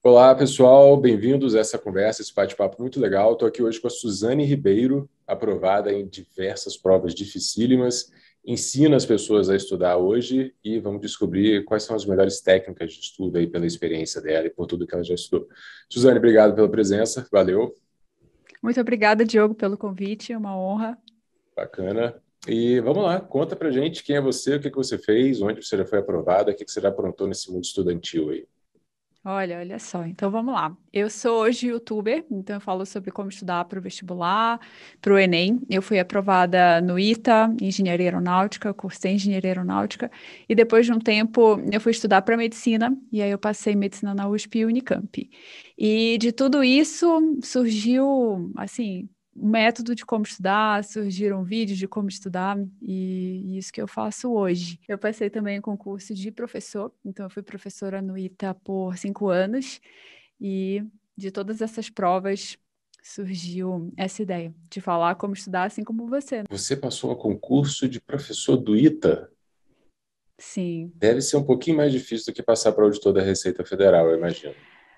Olá, pessoal, bem-vindos a essa conversa, esse bate-papo muito legal. Estou aqui hoje com a Suzane Ribeiro, aprovada em diversas provas dificílimas, ensina as pessoas a estudar hoje e vamos descobrir quais são as melhores técnicas de estudo aí pela experiência dela e por tudo que ela já estudou. Suzane, obrigado pela presença, valeu. Muito obrigada, Diogo, pelo convite, é uma honra. Bacana. E vamos lá, conta pra gente quem é você, o que você fez, onde você já foi aprovada, o que você já aprontou nesse mundo estudantil aí. Olha só, então vamos lá. Eu sou hoje youtuber, então eu falo sobre como estudar para o vestibular, para o Enem. Eu fui aprovada no ITA, Engenharia Aeronáutica, cursei Engenharia Aeronáutica, e depois de um tempo eu fui estudar para medicina, e aí eu passei medicina na USP e Unicamp. E de tudo isso surgiu, assim, um método de como estudar, surgiram vídeos de como estudar, e isso que eu faço hoje. Eu passei também em concurso de professor, então eu fui professora no ITA por 5 anos, e de todas essas provas surgiu essa ideia de falar como estudar, assim como você. Você passou a concurso de professor do ITA? Sim. Deve ser um pouquinho mais difícil do que passar para o auditor da Receita Federal, eu imagino.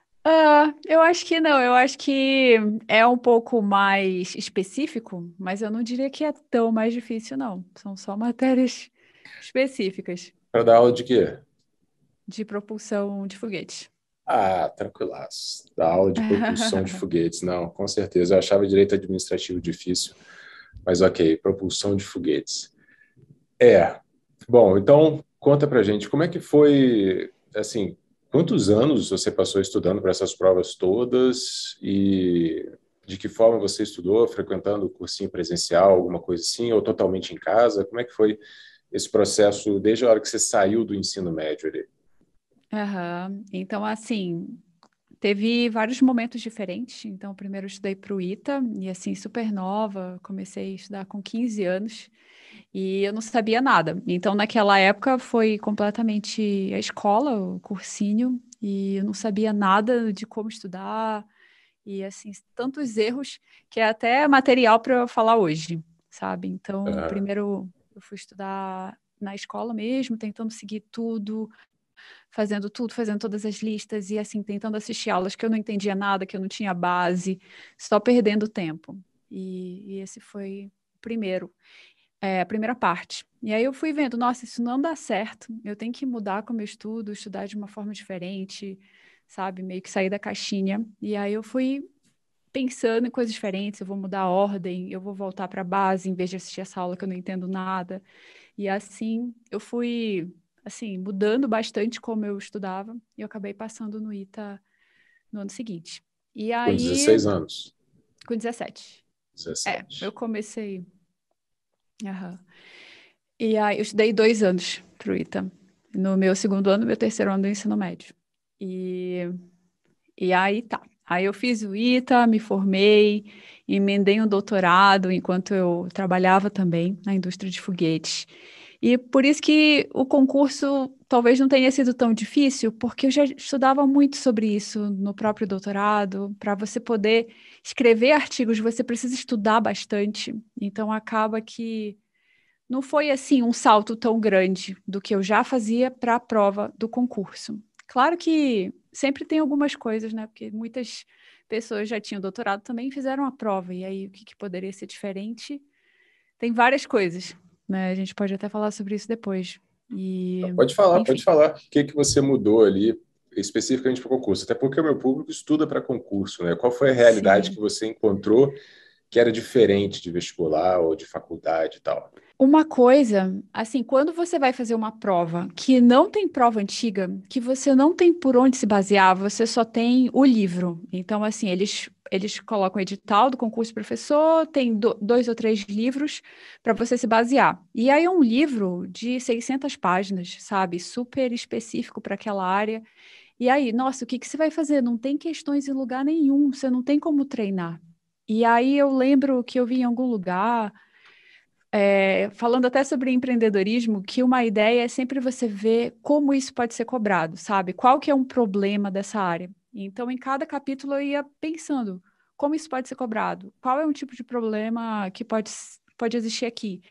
Eu acho que não, eu acho que é um pouco mais específico, mas eu não diria que é tão mais difícil, não. São só matérias específicas Para dar aula de quê? de propulsão de foguete. Ah, tranquilaço. Dar aula de propulsão de foguetes. Não, com certeza. Eu achava direito administrativo difícil, mas ok, propulsão de foguetes. É. Bom, então conta pra gente, como é que foi, assim, quantos anos você passou estudando para essas provas todas e de que forma você estudou, frequentando o cursinho presencial, alguma coisa assim, ou totalmente em casa? Como é que foi esse processo desde a hora que você saiu do ensino médio ali? Aham. Então, assim, teve vários momentos diferentes. Então, primeiro eu estudei para o ITA, e assim, super nova, comecei a estudar com 15 anos, e eu não sabia nada. Então, naquela época, foi completamente a escola, o cursinho, e eu não sabia nada de como estudar, e assim, tantos erros que é até material para eu falar hoje, sabe? Então, Ah, primeiro eu fui estudar na escola mesmo, tentando seguir tudo, fazendo todas as listas e assim, tentando assistir aulas que eu não entendia nada, que eu não tinha base, só perdendo tempo. E esse foi o primeiro, a primeira parte. E aí eu fui vendo, nossa, isso não dá certo, eu tenho que mudar como eu estudo, estudar de uma forma diferente, sabe? Meio que sair da caixinha. E aí eu fui pensando em coisas diferentes, eu vou mudar a ordem, eu vou voltar para a base em vez de assistir essa aula que eu não entendo nada. E assim, eu fui assim, mudando bastante como eu estudava, e eu acabei passando no ITA no ano seguinte. E com aí, 16 anos, com 17. Eu 17. comecei. Aham. E aí, eu estudei 2 anos pro ITA. No meu segundo ano, meu terceiro ano do ensino médio. E, e aí tá. Aí eu fiz o ITA, me formei, emendei um doutorado enquanto eu trabalhava também na indústria de foguetes. E por isso que o concurso talvez não tenha sido tão difícil, porque eu já estudava muito sobre isso no próprio doutorado. Para você poder escrever artigos, você precisa estudar bastante. Então acaba que não foi assim um salto tão grande do que eu já fazia para a prova do concurso. Claro que sempre tem algumas coisas, né? Porque muitas pessoas já tinham doutorado também e fizeram a prova. E aí, o que poderia ser diferente? Tem várias coisas, né? A gente pode até falar sobre isso depois. E, Pode falar, pode enfim. falar. O que que você mudou ali especificamente para o concurso? Até porque o meu público estuda para concurso, né? Qual foi a realidade Sim. que você encontrou que era diferente de vestibular ou de faculdade e tal? Uma coisa, assim, quando você vai fazer uma prova que não tem prova antiga, que você não tem por onde se basear, você só tem o livro. Então, assim, eles colocam o edital do concurso de professor, tem 2 ou 3 livros para você se basear. E aí é um livro de 600 páginas, sabe? Super específico para aquela área. E aí, nossa, o que que você vai fazer? Não tem questões em lugar nenhum, você não tem como treinar. E aí eu lembro que eu vi em algum lugar falando até sobre empreendedorismo, que uma ideia é sempre você ver como isso pode ser cobrado, sabe? Qual que é um problema dessa área? Então, em cada capítulo eu ia pensando como isso pode ser cobrado, qual é um tipo de problema que pode existir aqui.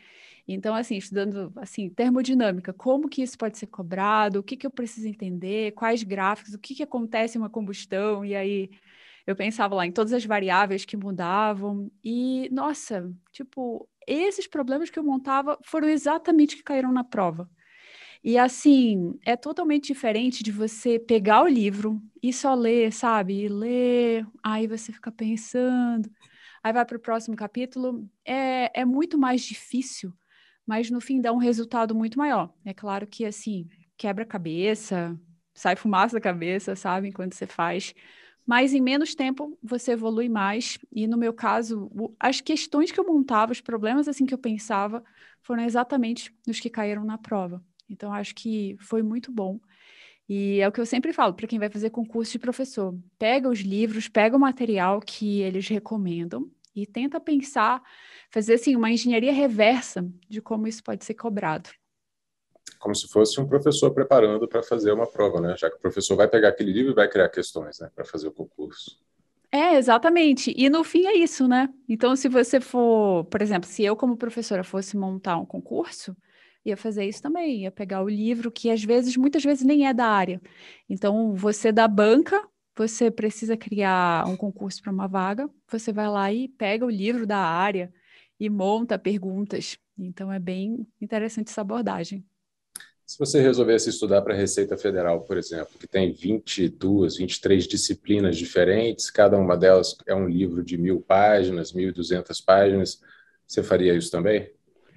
Então, assim, estudando, assim, termodinâmica, como que isso pode ser cobrado, o que que eu preciso entender, quais gráficos, o que que acontece em uma combustão, e aí eu pensava lá em todas as variáveis que mudavam, e, nossa, tipo, esses problemas que eu montava foram exatamente que caíram na prova. E assim, é totalmente diferente de você pegar o livro e só ler, sabe? E ler, aí você fica pensando, aí vai para o próximo capítulo. É muito mais difícil, mas no fim dá um resultado muito maior. É claro que, assim, quebra a cabeça, sai fumaça da cabeça, sabe? Enquanto você faz. Mas em menos tempo você evolui mais. E no meu caso, as questões que eu montava, os problemas assim que eu pensava, foram exatamente os que caíram na prova. Então, acho que foi muito bom. E é o que eu sempre falo para quem vai fazer concurso de professor. Pega os livros, pega o material que eles recomendam e tenta pensar, fazer assim, uma engenharia reversa de como isso pode ser cobrado. Como se fosse um professor preparando para fazer uma prova, né? Já que o professor vai pegar aquele livro e vai criar questões, né, para fazer o concurso. É, exatamente. E no fim é isso, né? Então, se você for, por exemplo, se eu como professora fosse montar um concurso, ia fazer isso também, ia pegar o livro que às vezes, muitas vezes nem é da área. Então, você da banca, você precisa criar um concurso para uma vaga, você vai lá e pega o livro da área e monta perguntas. Então, é bem interessante essa abordagem. Se você resolvesse estudar para a Receita Federal, por exemplo, que tem 22, 23 disciplinas diferentes, cada uma delas é um livro de 1.000 páginas, 1.200 páginas, você faria isso também?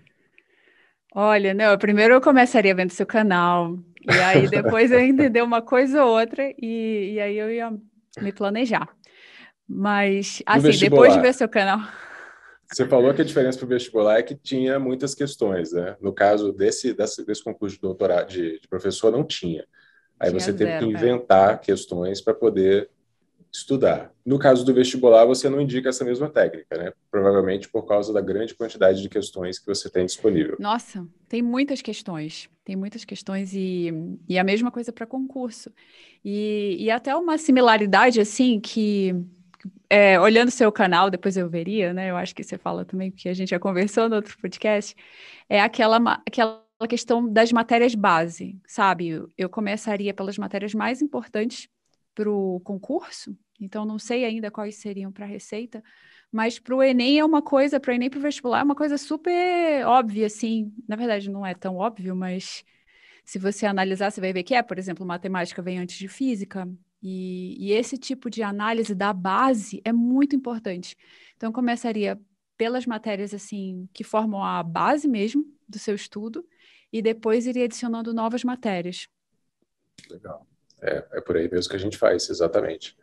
Olha, não, primeiro eu começaria vendo seu canal, e aí depois eu ia entender uma coisa ou outra, e aí eu ia me planejar. Mas, No assim, depois de ver vestibular, seu canal, você falou que a diferença para o vestibular é que tinha muitas questões, né? No caso desse concurso de doutorado de professor, não tinha. Aí tinha você teve que zero. É. inventar questões para poder estudar. No caso do vestibular, você não indica essa mesma técnica, né? Provavelmente por causa da grande quantidade de questões que você tem disponível. Nossa, tem muitas questões, e a mesma coisa para concurso. E até uma similaridade, assim, que, olhando seu canal, depois eu veria, né? Eu acho que você fala também, porque a gente já conversou no outro podcast, é aquela questão das matérias base, sabe? Eu começaria pelas matérias mais importantes para o concurso, então não sei ainda quais seriam para a Receita, mas para o Enem é uma coisa, para o Enem e para o vestibular é uma coisa super óbvia, assim. Na verdade, não é tão óbvio, mas se você analisar, você vai ver que por exemplo, matemática vem antes de física, e esse tipo de análise da base é muito importante. Então, eu começaria pelas matérias, assim, que formam a base mesmo do seu estudo, e depois iria adicionando novas matérias. Legal. É por aí mesmo que a gente faz, exatamente.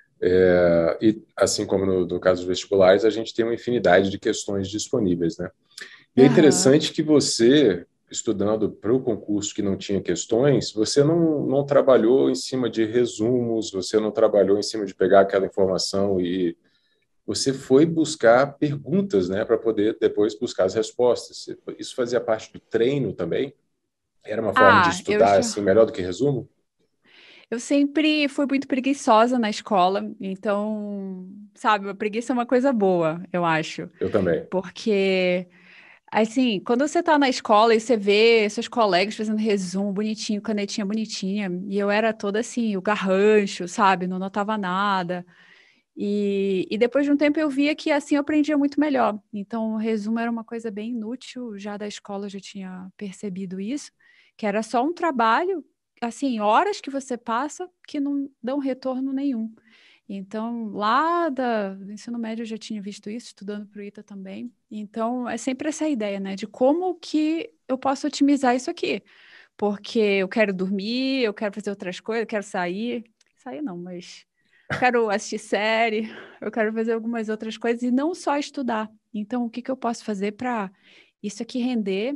E assim como no caso dos vestibulares, a gente tem uma infinidade de questões disponíveis, né? E é Aham. interessante que você, estudando para o concurso que não tinha questões, você não trabalhou em cima de resumos, você não trabalhou em cima de pegar aquela informação e você foi buscar perguntas, né, para poder depois buscar as respostas. Isso fazia parte do treino também? Era uma forma de Ah, eu estudar já. assim melhor do que resumo? Eu sempre fui muito preguiçosa na escola, então, sabe, a preguiça é uma coisa boa, eu acho. Eu também. Porque, assim, quando você tá na escola e você vê seus colegas fazendo resumo bonitinho, canetinha bonitinha, e eu era toda assim, o garrancho, sabe? Não notava nada. E depois de um tempo eu via que assim eu aprendia muito melhor. Então, o resumo era uma coisa bem inútil, já da escola eu já tinha percebido isso, que era só um trabalho, assim, horas que você passa que não dão retorno nenhum. Então, do ensino médio eu já tinha visto isso, estudando para o ITA também. Então, é sempre essa ideia, né, de como que eu posso otimizar isso aqui. Porque eu quero dormir, eu quero fazer outras coisas, eu quero sair. Sair não, mas quero assistir série, eu quero fazer algumas outras coisas e não só estudar. Então, o que que eu posso fazer para isso aqui render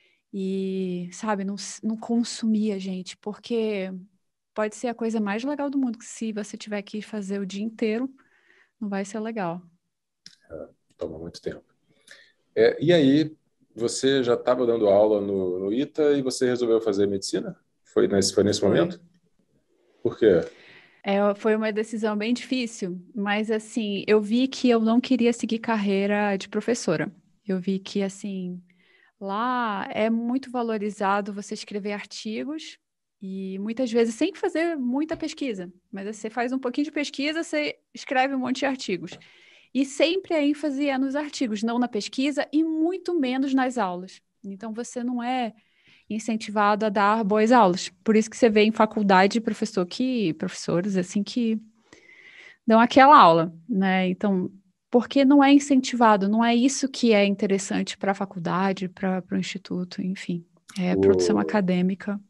e, sabe, não consumir a gente? Porque pode ser a coisa mais legal do mundo, que se você tiver que fazer o dia inteiro, não vai ser legal. Toma muito tempo. E aí, você já estava dando aula no ITA e você resolveu fazer medicina? Foi nesse Foi. momento? Por quê? Foi uma decisão bem difícil, mas assim, eu vi que eu não queria seguir carreira de professora. Eu vi que, assim, Lá é muito valorizado você escrever artigos e muitas vezes sem fazer muita pesquisa, mas você faz um pouquinho de pesquisa, você escreve um monte de artigos. E sempre a ênfase é nos artigos, não na pesquisa e muito menos nas aulas. Então você não é incentivado a dar boas aulas. Por isso que você vê em faculdade professores assim que dão aquela aula, né? Então, porque não é incentivado, não é isso que é interessante para a faculdade, para o instituto, enfim, é produção O, acadêmica.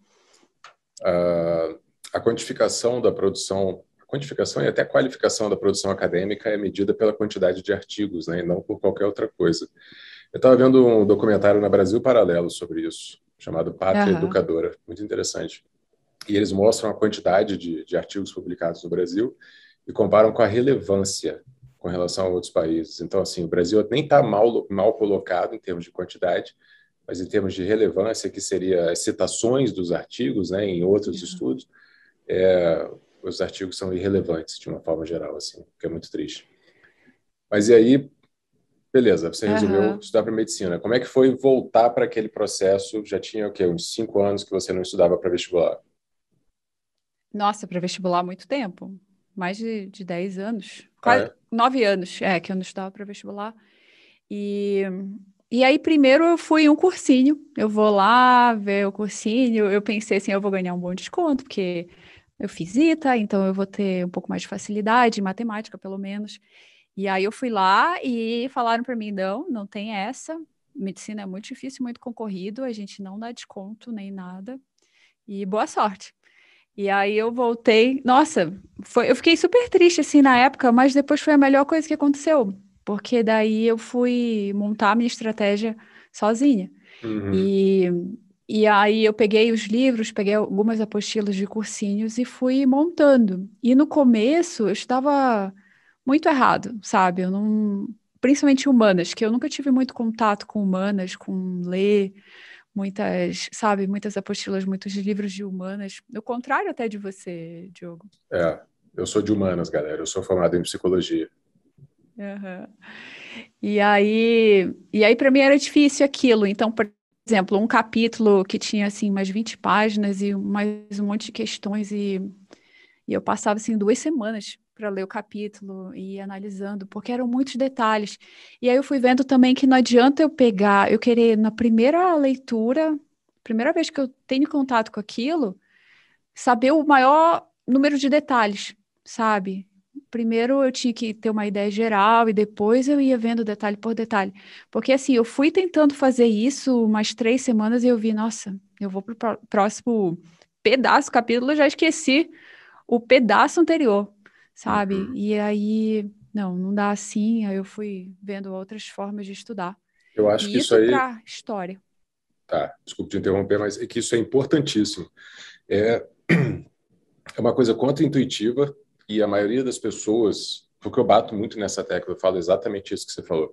a quantificação da produção, a quantificação e até a qualificação da produção acadêmica é medida pela quantidade de artigos, né, e não por qualquer outra coisa. Eu estava vendo um documentário na Brasil Paralelo sobre isso, chamado Pátria Aham, Educadora, muito interessante. E eles mostram a quantidade de artigos publicados no Brasil e comparam com a relevância com relação a outros países. Então, assim, o Brasil nem está mal colocado em termos de quantidade, mas em termos de relevância, que seria as citações dos artigos, né, em outros aham, estudos, os artigos são irrelevantes de uma forma geral, assim, que é muito triste. Mas e aí, beleza, você resolveu aham. estudar para medicina. Como é que foi voltar para aquele processo? Já tinha o quê? Uns 5 anos que você não estudava para vestibular? Nossa, para vestibular há muito tempo, mais de 10 anos, Ah, quase é? 9 anos, que eu não estudava para vestibular. E, e aí, primeiro eu fui em um cursinho, eu vou lá ver o cursinho, eu pensei assim, eu vou ganhar um bom desconto, porque eu fiz ITA, então eu vou ter um pouco mais de facilidade em matemática, pelo menos. E aí eu fui lá e falaram para mim, não tem essa, medicina é muito difícil, muito concorrido, a gente não dá desconto nem nada, e boa sorte. E aí eu voltei. Nossa, eu fiquei super triste assim na época, mas depois foi a melhor coisa que aconteceu, porque daí eu fui montar a minha estratégia sozinha. Uhum. E, e aí eu peguei os livros, peguei algumas apostilas de cursinhos e fui montando. E no começo eu estava muito errado, sabe? Eu não, principalmente humanas, que eu nunca tive muito contato com humanas, com ler muitas, sabe, muitas apostilas, muitos livros de humanas. O contrário até de você, Diogo. É, eu sou de humanas, galera. Eu sou formado em psicologia. Aham. E aí para mim era difícil aquilo. Então, por exemplo, um capítulo que tinha assim umas 20 páginas e mais um monte de questões e eu passava assim 2 semanas para ler o capítulo e ir analisando, porque eram muitos detalhes. E aí eu fui vendo também que não adianta eu querer na primeira leitura, primeira vez que eu tenho contato com aquilo, saber o maior número de detalhes, sabe? Primeiro eu tinha que ter uma ideia geral e depois eu ia vendo detalhe por detalhe. Porque assim, eu fui tentando fazer isso umas 3 semanas e eu vi, nossa, eu vou pro próximo pedaço, capítulo, eu já esqueci o pedaço anterior, sabe? Uhum. E aí, não dá assim, aí eu fui vendo outras formas de estudar. Eu acho que E isso isso aí, para história. tá, desculpe te interromper, mas é que isso é importantíssimo. É, é uma coisa contra-intuitiva e a maioria das pessoas, porque eu bato muito nessa tecla, eu falo exatamente isso que você falou.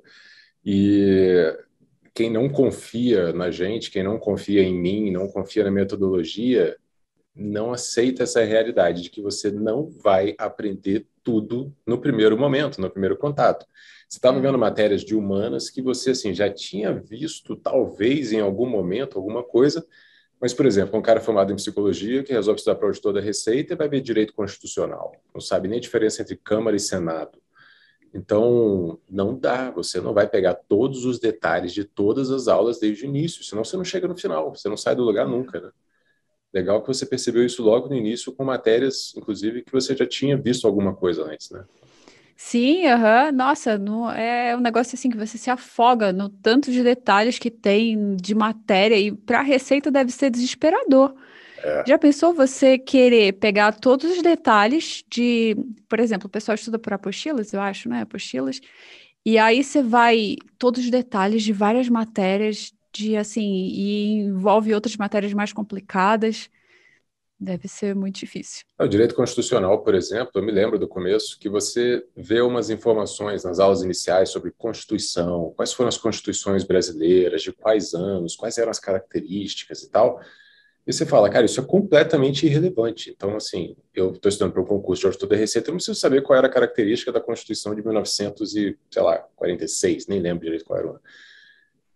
E quem não confia na gente, quem não confia em mim, não confia na metodologia, não aceita essa realidade de que você não vai aprender tudo no primeiro momento, no primeiro contato. Você estava vendo Aham. matérias de humanas que você assim já tinha visto talvez em algum momento alguma coisa, mas por exemplo, um cara formado em psicologia que resolve estudar para auditor da Receita e vai ver direito constitucional, não sabe nem a diferença entre Câmara e Senado. Então, não dá, você não vai pegar todos os detalhes de todas as aulas desde o início, senão você não chega no final, você não sai do lugar nunca, né? Legal que você percebeu isso logo no início com matérias, inclusive, que você já tinha visto alguma coisa antes, né? Sim, aham. Nossa, é um negócio assim que você se afoga no tanto de detalhes que tem de matéria e para a receita deve ser desesperador. É. Já pensou você querer pegar todos os detalhes por exemplo, o pessoal estuda por apostilas, eu acho, né? Apostilas. E aí você vai todos os detalhes de várias matérias de assim, e envolve outras matérias mais complicadas. Deve ser muito difícil. O direito constitucional, por exemplo, eu me lembro do começo que você vê umas informações nas aulas iniciais sobre Constituição, quais foram as constituições brasileiras, de quais anos, quais eram as características e tal. E você fala, cara, isso é completamente irrelevante. Então, assim, eu estou estudando para um concurso de auditor da Receita, eu não preciso saber qual era a característica da Constituição de 1900 e, sei lá, 46, nem lembro direito qual era o ano.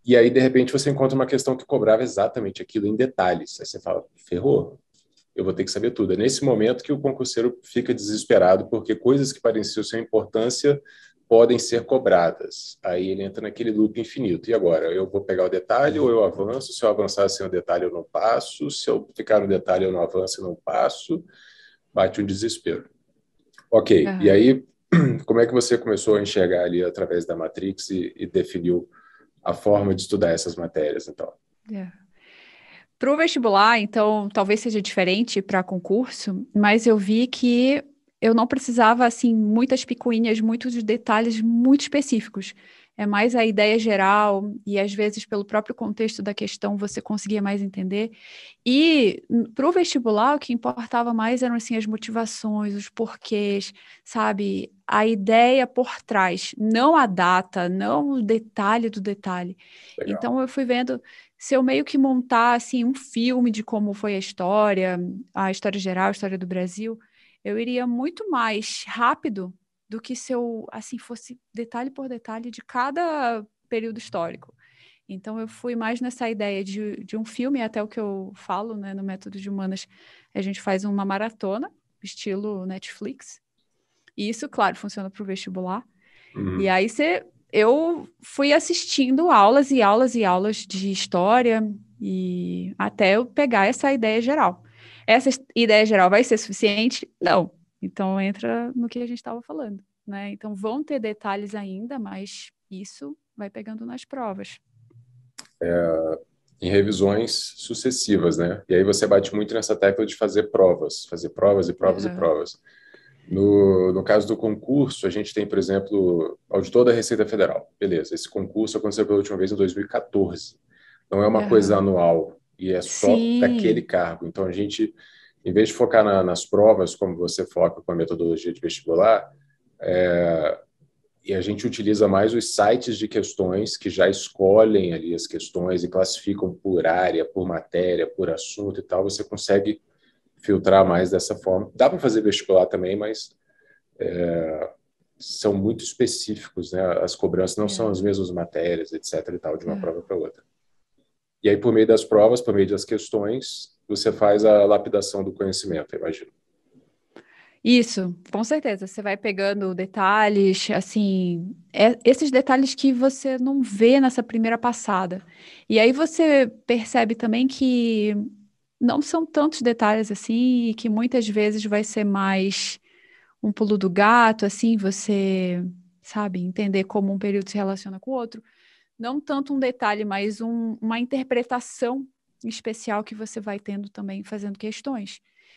E aí, de repente, você encontra uma questão que cobrava exatamente aquilo em detalhes. Aí você fala, ferrou, eu vou ter que saber tudo. É nesse momento que o concurseiro fica desesperado, porque coisas que pareciam sem importância podem ser cobradas. Aí ele entra naquele loop infinito. E agora? Eu vou pegar o detalhe ou eu avanço? Se eu avançar sem o detalhe, eu não passo. Se eu ficar no detalhe, eu não avanço e não passo. Bate um desespero. Ok, e Aham. aí, como é que você começou a enxergar ali através da Matrix e definiu a forma de estudar essas matérias, então? Para o vestibular, então, talvez seja diferente para concurso, mas eu vi que eu não precisava, assim, muitas picuinhas, muitos detalhes muito específicos. É mais a ideia geral e, às vezes, pelo próprio contexto da questão, você conseguia mais entender. E para o vestibular, o que importava mais eram, assim, as motivações, os porquês, sabe? A ideia por trás, não a data, não o detalhe do detalhe. Legal. Então, eu fui vendo se eu meio que montar assim um filme de como foi a história geral, a história do Brasil, eu iria muito mais rápido do que se eu assim fosse detalhe por detalhe de cada período histórico. Então eu fui mais nessa ideia de um filme, até o que eu falo, né, no método de humanas, a gente faz uma maratona, estilo Netflix. E isso, claro, funciona para o vestibular. E Uhum. aí eu fui assistindo aulas e aulas e aulas de história e até eu pegar essa ideia geral. Essa ideia geral vai ser suficiente? Não. Então entra no que a gente estava falando, né? Então vão ter detalhes ainda, mas isso vai pegando nas provas. Em revisões sucessivas, né? E aí você bate muito nessa tecla de fazer provas e provas e Aham. provas. No caso do concurso, a gente tem, por exemplo, auditor da Receita Federal. Beleza, esse concurso aconteceu pela última vez em 2014. Não é uma coisa Aham. anual e é só daquele Sim. cargo. Então, a gente, em vez de focar nas provas, como você foca com a metodologia de vestibular, e a gente utiliza mais os sites de questões que já escolhem ali as questões e classificam por área, por matéria, por assunto e tal, você consegue filtrar mais dessa forma. Dá para fazer vestibular também, mas são muito específicos, né? As cobranças não são É. as mesmas matérias, etc. e tal, de uma É. prova para outra. E aí, por meio das provas, por meio das questões, você faz a lapidação do conhecimento, eu imagino. Isso, com certeza. Você vai pegando detalhes, assim, esses detalhes que você não vê nessa primeira passada. E aí você percebe também que não são tantos detalhes assim, e que muitas vezes vai ser mais um pulo do gato, assim, você, sabe, entender como um período se relaciona com o outro. Não tanto um detalhe, mas uma interpretação especial que você vai tendo também fazendo questões.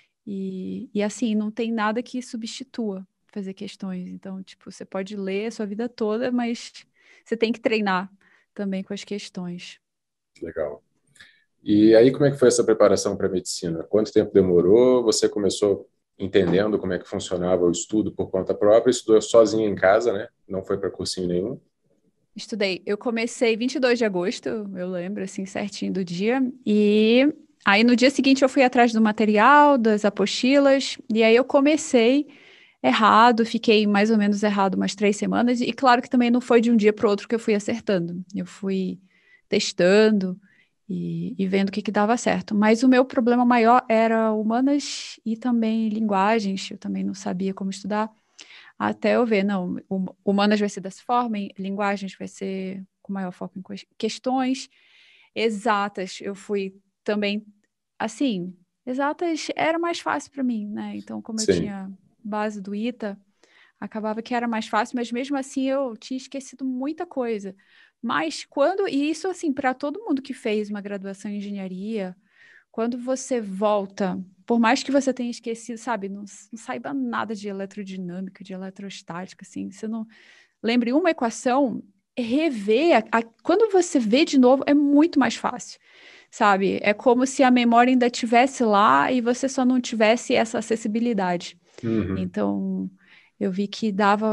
E assim, não tem nada que substitua fazer questões. Então, tipo, você pode ler a sua vida toda, mas você tem que treinar também com as questões. Legal. E aí, como é que foi essa preparação para a medicina? Quanto tempo demorou? Você começou entendendo como é que funcionava o estudo por conta própria, estudou sozinho em casa, né? Não foi para cursinho nenhum? Estudei. Eu comecei 22 de agosto, eu lembro, assim, certinho do dia. E aí, no dia seguinte, eu fui atrás do material, das apostilas. E aí, eu comecei errado, fiquei mais ou menos errado umas 3 semanas. E claro que também não foi de um dia para o outro que eu fui acertando. Eu fui testando e vendo o que dava certo. Mas o meu problema maior era humanas e também linguagens. Eu também não sabia como estudar. Até eu ver, não, humanas vai ser dessa forma, linguagens vai ser com maior foco em questões exatas. Eu fui também, assim, exatas era mais fácil para mim, né? Então, como eu Sim. tinha base do ITA, acabava que era mais fácil, mas mesmo assim eu tinha esquecido muita coisa. Mas quando, e isso assim, para todo mundo que fez uma graduação em engenharia, quando você volta, por mais que você tenha esquecido, sabe, não saiba nada de eletrodinâmica, de eletrostática, assim, você não lembre uma equação, rever, quando você vê de novo, é muito mais fácil, sabe? É como se a memória ainda tivesse lá e você só não tivesse essa acessibilidade. Uhum. Então, eu vi que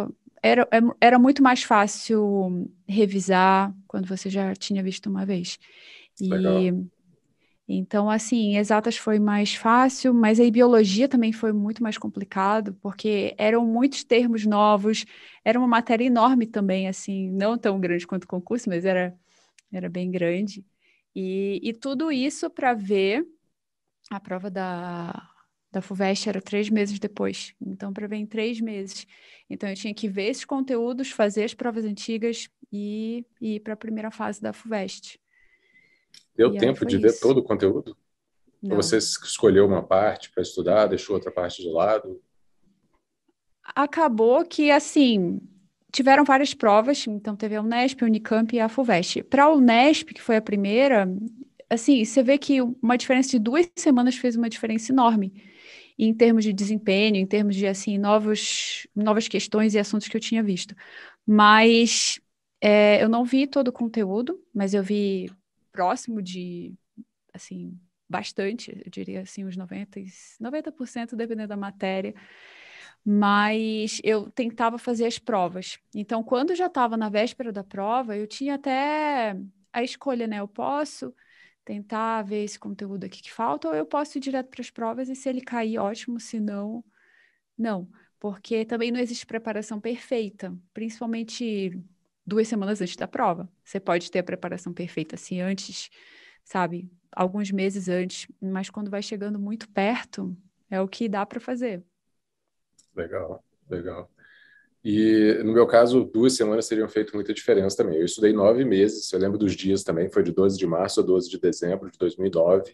era muito mais fácil revisar quando você já tinha visto uma vez. E Legal. então, assim, exatas foi mais fácil, mas aí biologia também foi muito mais complicado, porque eram muitos termos novos, era uma matéria enorme também, assim, não tão grande quanto o concurso, mas era era bem grande. E tudo isso para ver a prova da FUVEST era 3 meses depois. Então, para ver em 3 meses. Então, eu tinha que ver esses conteúdos, fazer as provas antigas e ir para a primeira fase da FUVEST. Deu E aí tempo foi de ver isso. todo o conteúdo? Ou Não. você escolheu uma parte para estudar, deixou outra parte de lado? Acabou que, assim, tiveram várias provas. Então, teve a Unesp, a Unicamp e a FUVEST. Para a Unesp, que foi a primeira, assim, você vê que uma diferença de 2 semanas fez uma diferença enorme em termos de desempenho, em termos de, assim, novas questões e assuntos que eu tinha visto. Mas eu não vi todo o conteúdo, mas eu vi próximo de, assim, bastante, eu diria, assim, uns 90%, dependendo da matéria. Mas eu tentava fazer as provas. Então, quando eu já estava na véspera da prova, eu tinha até a escolha, né? Eu posso tentar ver esse conteúdo aqui que falta, ou eu posso ir direto para as provas e se ele cair, ótimo, se não, não. Porque também não existe preparação perfeita, principalmente 2 semanas antes da prova. Você pode ter a preparação perfeita assim antes, sabe? Alguns meses antes, mas quando vai chegando muito perto, é o que dá para fazer. Legal, legal. E no meu caso, 2 semanas teriam feito muita diferença também. Eu estudei 9 meses, eu lembro dos dias também, foi de 12 de março a 12 de dezembro de 2009.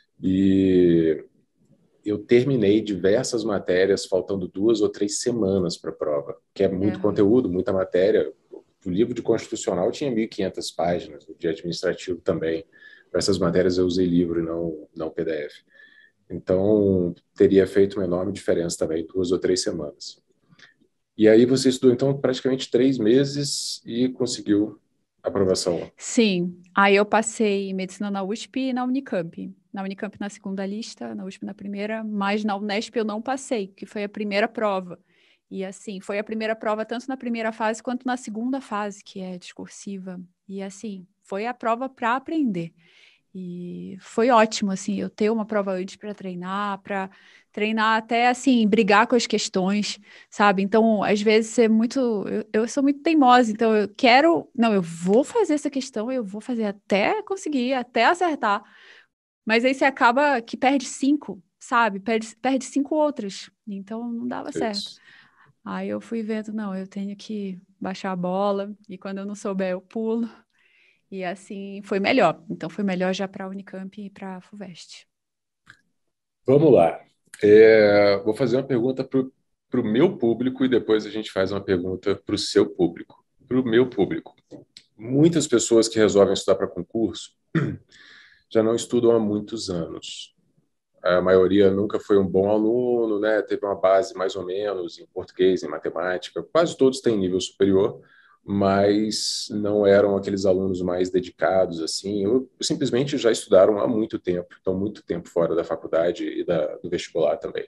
E eu terminei diversas matérias faltando 2 ou 3 semanas para a prova, que é muito Aham. conteúdo, muita matéria. O livro de constitucional tinha 1.500 páginas, o de administrativo também. Para essas matérias eu usei livro e não PDF. Então, teria feito uma enorme diferença também, 2 ou 3 semanas. E aí você estudou, então, praticamente 3 meses e conseguiu aprovação. Sim, aí eu passei medicina na USP e na Unicamp. Na Unicamp na segunda lista, na USP na primeira, mas na Unesp eu não passei, que foi a primeira prova. E assim, foi a primeira prova tanto na primeira fase quanto na segunda fase, que é discursiva. E assim, foi a prova para aprender. E foi ótimo, assim, eu ter uma prova antes para treinar até, assim, brigar com as questões, sabe? Então, às vezes, eu sou muito teimosa, então eu quero, não, eu vou fazer essa questão, eu vou fazer até conseguir, até acertar. Mas aí você acaba que perde 5, sabe? Perde 5 outras. Então, não dava certo. Isso. Aí eu fui vendo, não, eu tenho que baixar a bola, e quando eu não souber, eu pulo. E assim foi melhor. Então foi melhor já para a Unicamp e para a FUVEST. Vamos lá. Vou fazer uma pergunta para o meu público e depois a gente faz uma pergunta para o seu público. Para o meu público. Muitas pessoas que resolvem estudar para concurso já não estudam há muitos anos. A maioria nunca foi um bom aluno, né? Teve uma base mais ou menos em português, em matemática. Quase todos têm nível superior, mas não eram aqueles alunos mais dedicados assim, ou simplesmente já estudaram há muito tempo, estão muito tempo fora da faculdade e do vestibular também.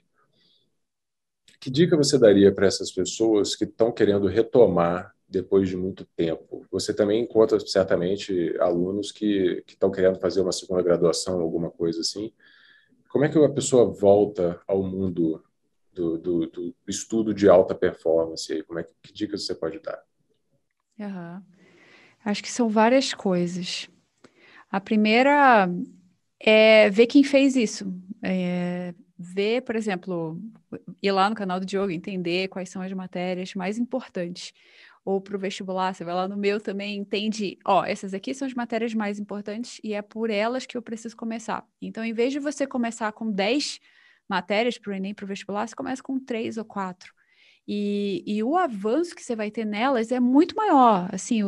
Que dica você daria para essas pessoas que estão querendo retomar depois de muito tempo? Você também encontra certamente alunos que estão querendo fazer uma segunda graduação, alguma coisa assim. Como é que a pessoa volta ao mundo do estudo de alta performance? Que dicas você pode dar? Aham. Acho que são várias coisas. A primeira é ver quem fez isso. Ver, por exemplo, ir lá no canal do Diogo, entender quais são as matérias mais importantes. Ou para o vestibular, você vai lá no meu também, entende, ó, essas aqui são as matérias mais importantes e é por elas que eu preciso começar. Então, em vez de você começar com 10 matérias para o Enem, para o vestibular, você começa com 3 ou 4. E o avanço que você vai ter nelas é muito maior. Assim,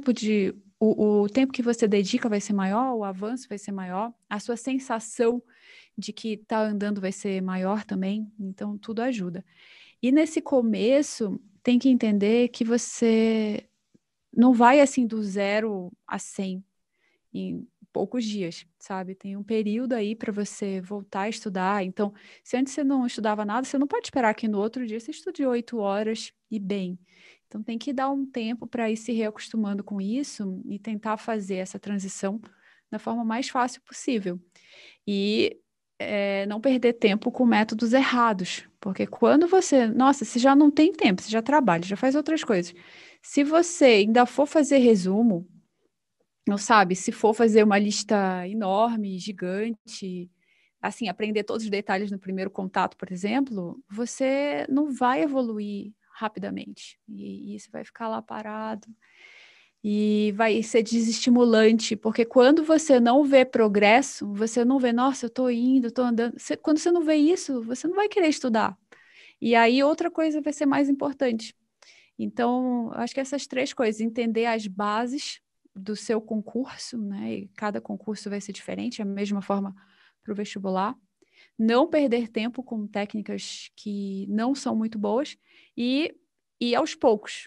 o tempo que você dedica vai ser maior, o avanço vai ser maior, a sua sensação de que está andando vai ser maior também. Então, tudo ajuda. E nesse começo, tem que entender que você não vai assim do 0 a 100 em poucos dias, sabe? Tem um período aí para você voltar a estudar. Então, se antes você não estudava nada, você não pode esperar que no outro dia você estude 8 horas e bem. Então, tem que dar um tempo para ir se reacostumando com isso e tentar fazer essa transição da forma mais fácil possível. E não perder tempo com métodos errados. Porque quando nossa, você já não tem tempo, você já trabalha, já faz outras coisas. Se você ainda for fazer resumo, não sabe, se for fazer uma lista enorme, gigante, assim, aprender todos os detalhes no primeiro contato, por exemplo, você não vai evoluir rapidamente. E você vai ficar lá parado. E vai ser desestimulante, porque quando você não vê progresso, você não vê, nossa, eu estou indo, estou andando. Quando você não vê isso, você não vai querer estudar. E aí outra coisa vai ser mais importante. Então, acho que essas três coisas, entender as bases do seu concurso, né? E cada concurso vai ser diferente, é a mesma forma para o vestibular. Não perder tempo com técnicas que não são muito boas e aos poucos,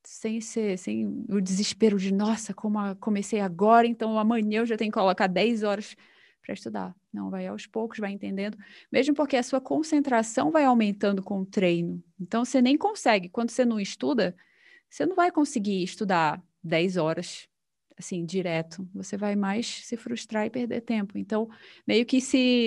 sem o desespero de, nossa, comecei agora, então amanhã eu já tenho que colocar 10 horas para estudar. Não, vai aos poucos, vai entendendo, mesmo porque a sua concentração vai aumentando com o treino. Então, você nem consegue, quando você não estuda, você não vai conseguir estudar 10 horas, assim, direto. Você vai mais se frustrar e perder tempo. Então, meio que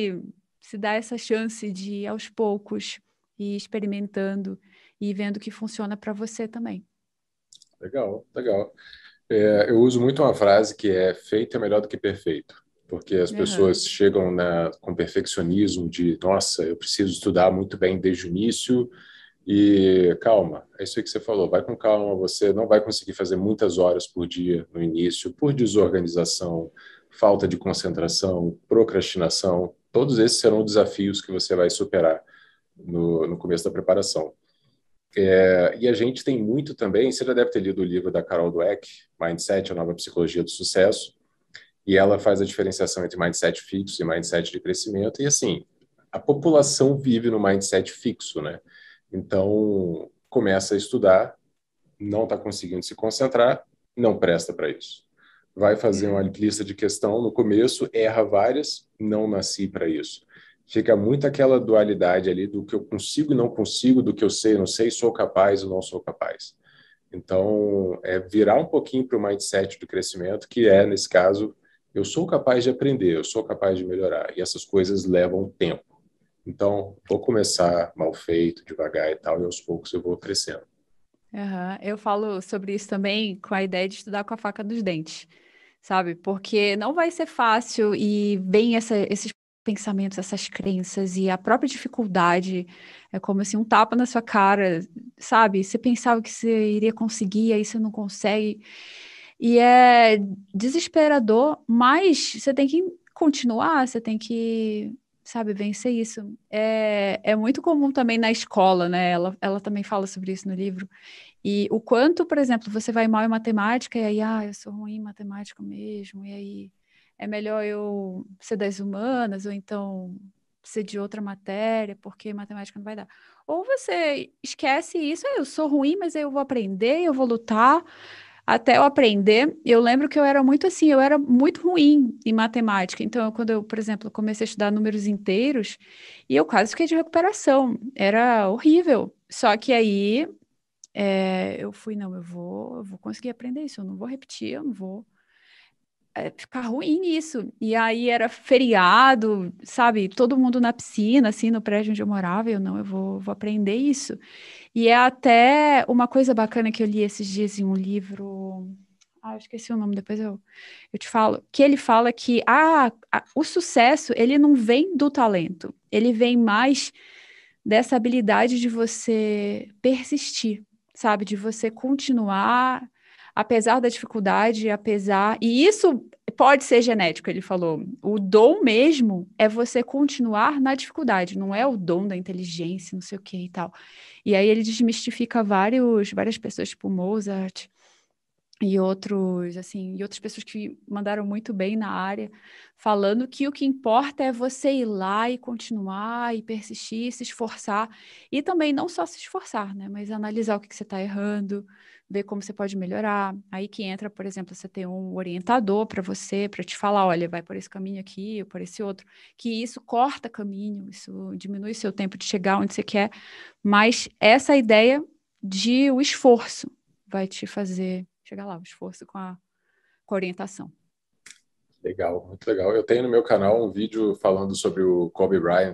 se dá essa chance de ir aos poucos, ir experimentando e vendo que funciona para você também. Legal, legal. Eu uso muito uma frase que é feito é melhor do que perfeito, porque as Uhum. pessoas chegam com perfeccionismo de, nossa, eu preciso estudar muito bem desde o início e calma, é isso aí que você falou, vai com calma, você não vai conseguir fazer muitas horas por dia no início, por desorganização, falta de concentração, procrastinação, todos esses serão desafios que você vai superar no começo da preparação. E a gente tem muito também, você já deve ter lido o livro da Carol Dweck, Mindset, a nova psicologia do sucesso, e ela faz a diferenciação entre mindset fixo e mindset de crescimento, e assim, a população vive no mindset fixo, né? Então, começa a estudar, não está conseguindo se concentrar, não presta para isso. Vai fazer uma Uhum. lista de questão no começo, erra várias, não nasci para isso. Fica muito aquela dualidade ali do que eu consigo e não consigo, do que eu sei e não sei, sou capaz e não sou capaz. Então, é virar um pouquinho para o mindset do crescimento, que é, nesse caso, eu sou capaz de aprender, eu sou capaz de melhorar, e essas coisas levam tempo. Então, vou começar mal feito, devagar e tal, e aos poucos eu vou crescendo. Uhum. Eu falo sobre isso também com a ideia de estudar com a faca dos dentes, sabe? Porque não vai ser fácil e vem esses pensamentos, essas crenças e a própria dificuldade é como assim um tapa na sua cara, sabe? Você pensava que você iria conseguir, aí você não consegue. E é desesperador, mas você tem que continuar, você tem que, sabe, vencer isso. É muito comum também na escola, né? Ela também fala sobre isso no livro. E o quanto, por exemplo, você vai mal em matemática, e aí, eu sou ruim em matemática mesmo, e aí é melhor eu ser das humanas, ou então ser de outra matéria, porque matemática não vai dar. Ou você esquece isso, eu sou ruim, mas eu vou aprender, eu vou lutar até eu aprender. Eu lembro que eu era muito assim, eu era muito ruim em matemática. Então, quando eu, por exemplo, comecei a estudar números inteiros, e eu quase fiquei de recuperação, era horrível. Só que aí eu fui, não, eu vou conseguir aprender isso, eu não vou repetir, eu não vou ficar ruim nisso. E aí era feriado, sabe? Todo mundo na piscina, assim, no prédio onde eu morava, e eu não, eu vou aprender isso. E é até uma coisa bacana que eu li esses dias em um livro. Eu esqueci o nome, depois eu te falo. Que ele fala que o sucesso, ele não vem do talento, ele vem mais dessa habilidade de você persistir, sabe? De você continuar, apesar da dificuldade, apesar. E isso pode ser genético, ele falou. O dom mesmo é você continuar na dificuldade, não é o dom da inteligência, não sei o que e tal. E aí ele desmistifica várias pessoas, tipo Mozart e outros, assim, e outras pessoas que mandaram muito bem na área, falando que o que importa é você ir lá e continuar e persistir, se esforçar, e também não só se esforçar, né, mas analisar o que você está errando, ver como você pode melhorar. Aí que entra, por exemplo, você ter um orientador para você, para te falar, olha, vai por esse caminho aqui, ou por esse outro, que isso corta caminho, isso diminui seu tempo de chegar onde você quer, mas essa ideia de o esforço vai te fazer chegar lá, o esforço com a orientação. Legal, muito legal. Eu tenho no meu canal um vídeo falando sobre o Kobe Bryant,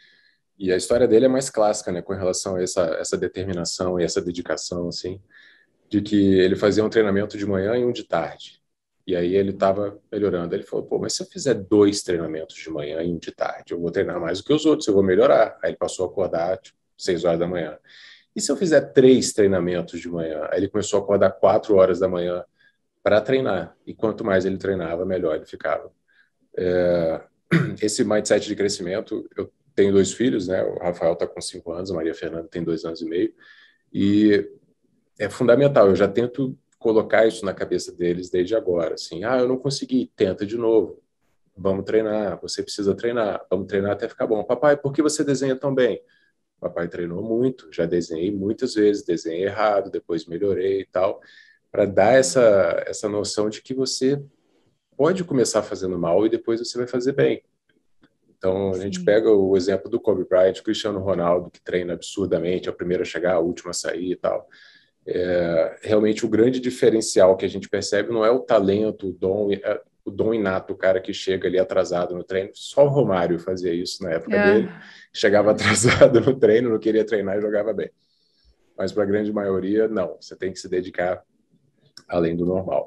e a história dele é mais clássica, né, com relação a essa determinação e essa dedicação, assim, de que ele fazia um treinamento de manhã e um de tarde. E aí ele estava melhorando. Ele falou, pô, mas se eu fizer 2 treinamentos de manhã e um de tarde, eu vou treinar mais do que os outros, eu vou melhorar. Aí ele passou a acordar, tipo, 6 horas da manhã. E se eu fizer 3 treinamentos de manhã? Aí ele começou a acordar 4 horas da manhã para treinar. E quanto mais ele treinava, melhor ele ficava. Esse mindset de crescimento, eu tenho 2 filhos, né? O Rafael está com 5 anos, a Maria Fernanda tem 2 anos e meio. E é fundamental. Eu já tento colocar isso na cabeça deles desde agora. Assim, eu não consegui, tenta de novo. Vamos treinar, você precisa treinar. Vamos treinar até ficar bom. Papai, por que você desenha tão bem? Papai treinou muito, já desenhei muitas vezes, desenhei errado, depois melhorei e tal, para dar essa noção de que você pode começar fazendo mal e depois você vai fazer bem. Então, a gente Sim. pega o exemplo do Kobe Bryant, Cristiano Ronaldo, que treina absurdamente, é o primeiro a chegar, o último a sair e tal. Realmente, o grande diferencial que a gente percebe não é o talento, o dom inato, o cara que chega ali atrasado no treino. Só o Romário fazia isso na época dele. Chegava atrasado no treino, não queria treinar e jogava bem. Mas para a grande maioria, não. Você tem que se dedicar além do normal.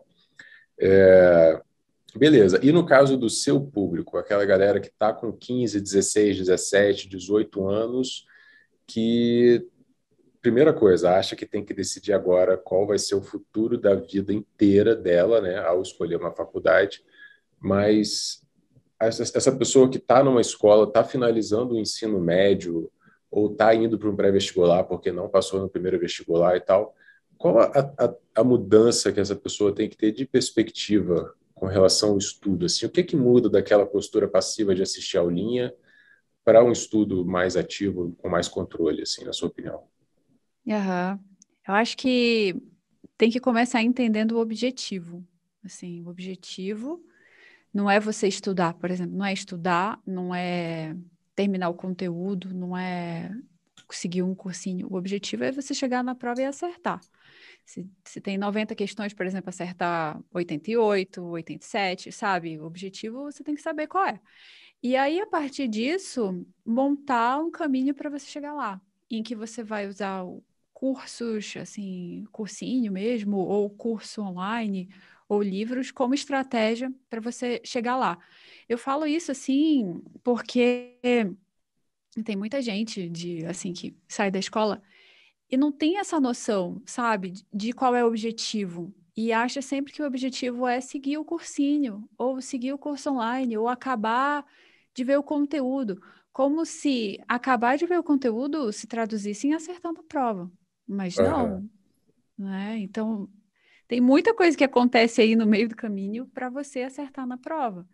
Beleza. E no caso do seu público, aquela galera que está com 15, 16, 17, 18 anos, que, primeira coisa, acha que tem que decidir agora qual vai ser o futuro da vida inteira dela, né, ao escolher uma faculdade, mas essa pessoa que está numa escola, está finalizando o ensino médio, ou está indo para um pré-vestibular porque não passou no primeiro vestibular e tal, qual a mudança que essa pessoa tem que ter de perspectiva com relação ao estudo? Assim, o que muda daquela postura passiva de assistir a aulinha para um estudo mais ativo, com mais controle, assim, na sua opinião? Aham. Eu acho que tem que começar entendendo o objetivo. Assim, o objetivo não é você estudar, por exemplo, não é estudar, não é terminar o conteúdo, não é seguir um cursinho. O objetivo é você chegar na prova e acertar. Se tem 90 questões, por exemplo, acertar 88, 87, sabe? O objetivo você tem que saber qual é. E aí, a partir disso, montar um caminho para você chegar lá, em que você vai usar cursos, assim, cursinho mesmo, ou curso online, ou livros como estratégia para você chegar lá. Eu falo isso assim porque tem muita gente assim que sai da escola e não tem essa noção, sabe, de qual é o objetivo. E acha sempre que o objetivo é seguir o cursinho, ou seguir o curso online, ou acabar de ver o conteúdo. Como se acabar de ver o conteúdo se traduzisse em acertando a prova. Mas Uhum. não, né? Então, tem muita coisa que acontece aí no meio do caminho para você acertar na prova.